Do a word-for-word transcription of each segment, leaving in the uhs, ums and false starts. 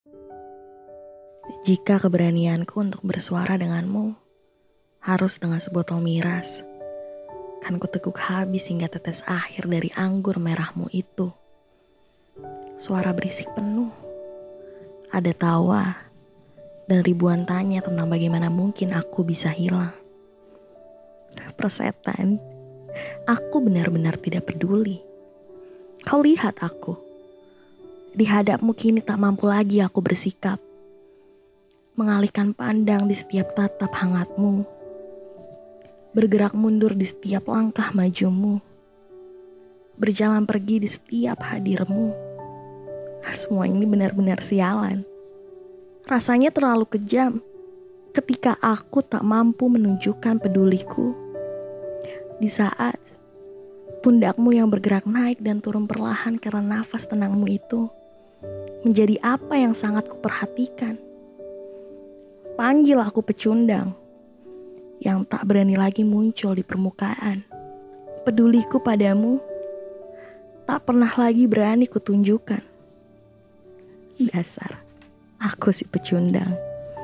Jika keberanianku untuk bersuara denganmu harus dengan sebotol miras, kan kuteguk habis hingga tetes akhir dari anggur merahmu itu. Suara berisik penuh, ada tawa, dan ribuan tanya tentang bagaimana mungkin aku bisa hilang. Persetan, aku benar-benar tidak peduli. Kau lihat aku, di hadapmu kini tak mampu lagi aku bersikap, mengalihkan pandang di setiap tatap hangatmu, bergerak mundur di setiap langkah majumu, berjalan pergi di setiap hadirmu. Semua ini benar-benar sialan. Rasanya terlalu kejam ketika aku tak mampu menunjukkan peduliku di saat pundakmu yang bergerak naik dan turun perlahan karena nafas tenangmu itu menjadi apa yang sangat kuperhatikan. Panggil aku pecundang yang tak berani lagi muncul di permukaan. Peduliku padamu tak pernah lagi berani kutunjukkan. Dasar, aku si pecundang.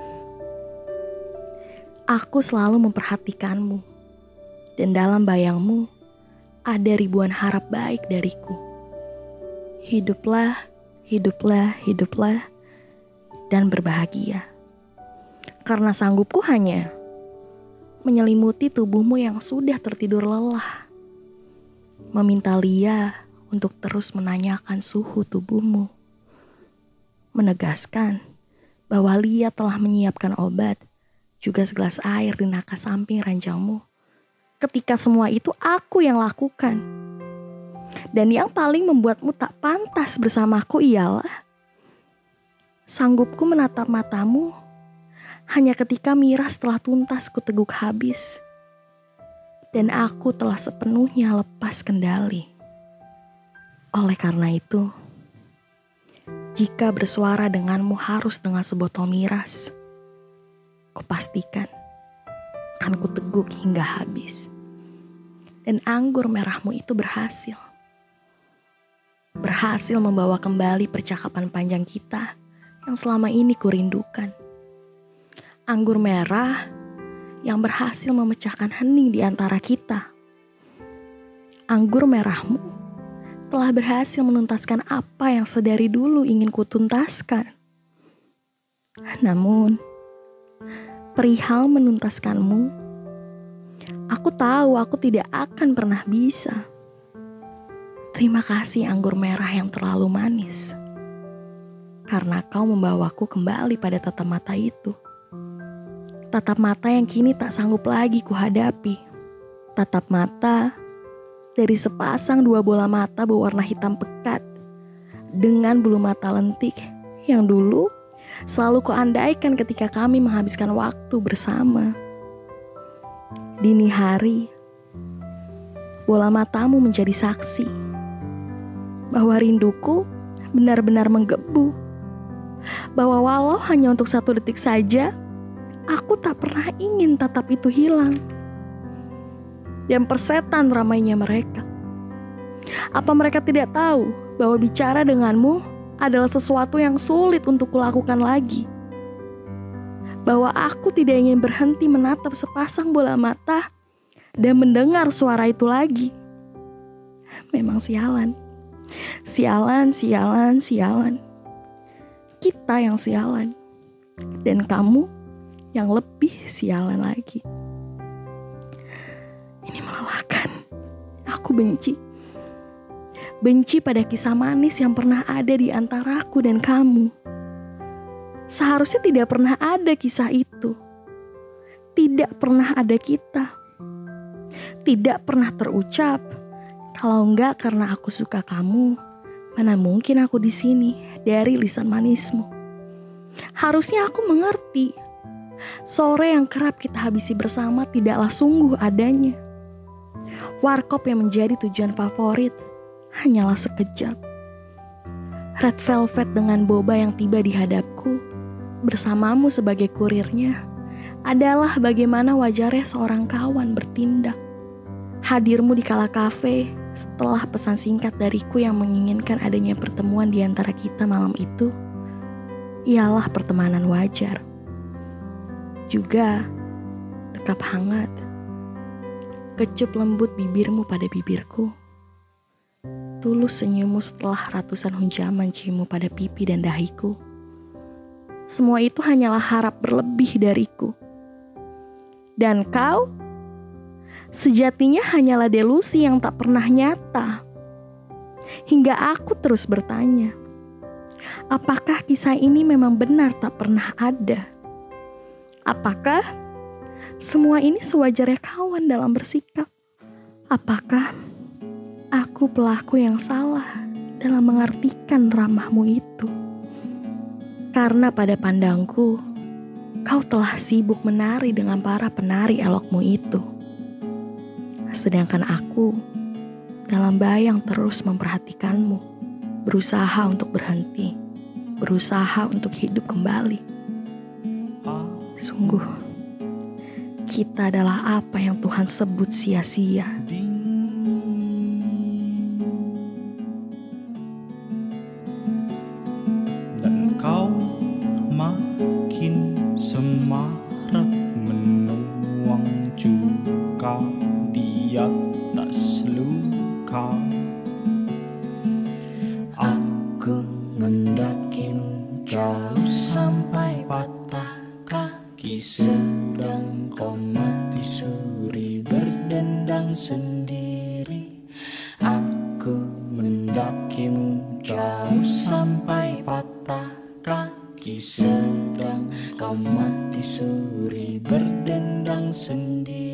Aku selalu memperhatikanmu, dan dalam bayangmu ada ribuan harap baik dariku. Hiduplah, hiduplah, hiduplah, dan berbahagia. Karena sanggupku hanya menyelimuti tubuhmu yang sudah tertidur lelah. Meminta Lia untuk terus menanyakan suhu tubuhmu. Menegaskan bahwa Lia telah menyiapkan obat, juga segelas air di nakas samping ranjangmu. Ketika semua itu aku yang lakukan. Dan yang paling membuatmu tak pantas bersamaku ialah sanggupku menatap matamu hanya ketika miras telah tuntas kuteguk habis dan aku telah sepenuhnya lepas kendali. Oleh karena itu, jika bersuara denganmu harus dengan sebotol miras, kupastikan akan kuteguk hingga habis. Dan anggur merahmu itu berhasil. Berhasil membawa kembali percakapan panjang kita yang selama ini kurindukan. Anggur merah yang berhasil memecahkan hening di antara kita. Anggur merahmu telah berhasil menuntaskan apa yang sedari dulu ingin kutuntaskan. Namun, perihal menuntaskanmu, aku tahu aku tidak akan pernah bisa. Terima kasih anggur merah yang terlalu manis, karena kau membawaku kembali pada tatap mata itu. Tatap mata yang kini tak sanggup lagi kuhadapi. Tatap mata dari sepasang dua bola mata berwarna hitam pekat dengan bulu mata lentik yang dulu selalu kuandaikan ketika kami menghabiskan waktu bersama. Dini hari, bola matamu menjadi saksi bahwa rinduku benar-benar menggebu. Bahwa walau hanya untuk satu detik saja, aku tak pernah ingin tatap itu hilang. Dan persetan ramainya mereka. Apa mereka tidak tahu bahwa bicara denganmu adalah sesuatu yang sulit untuk kulakukan lagi? Bahwa aku tidak ingin berhenti menatap sepasang bola mata dan mendengar suara itu lagi. Memang sialan. Sialan, sialan, sialan. Kita yang sialan. Dan kamu yang lebih sialan lagi. Ini melelahkan. Aku benci. Benci pada kisah manis yang pernah ada di antaraku dan kamu. Seharusnya tidak pernah ada kisah itu. Tidak pernah ada kita. Tidak pernah terucap. Kalau enggak karena aku suka kamu, mana mungkin aku di sini dari lisan manismu. Harusnya aku mengerti. Sore yang kerap kita habisi bersama tidaklah sungguh adanya. Warkop yang menjadi tujuan favorit hanyalah sekejap. Red velvet dengan boba yang tiba di hadapku bersamamu sebagai kurirnya adalah bagaimana wajarnya seorang kawan bertindak. Hadirmu di Kala Cafe setelah pesan singkat dariku yang menginginkan adanya pertemuan di antara kita malam itu ialah pertemanan wajar. Juga dekap hangat, kecup lembut bibirmu pada bibirku, tulus senyummu setelah ratusan hunjaman ciummu pada pipi dan dahiku. Semua itu hanyalah harap berlebih dariku. Dan kau, sejatinya hanyalah delusi yang tak pernah nyata. Hingga aku terus bertanya, apakah kisah ini memang benar tak pernah ada? Apakah semua ini sewajarnya kawan dalam bersikap? Apakah aku pelaku yang salah dalam mengartikan ramahmu itu? Karena pada pandangku, kau telah sibuk menari dengan para penari elokmu itu. Sedangkan aku dalam bayang terus memperhatikanmu, berusaha untuk berhenti, berusaha untuk hidup kembali. Sungguh, kita adalah apa yang Tuhan sebut sia-sia. Dan kau makin semarak menuang cuka di atas luka. Aku mendakimu jauh sampai patah kaki, sedang kau mati suri berdendang sendiri. Aku mendakimu jauh sampai patah kaki, sedang kau mati suri berdendang sendiri.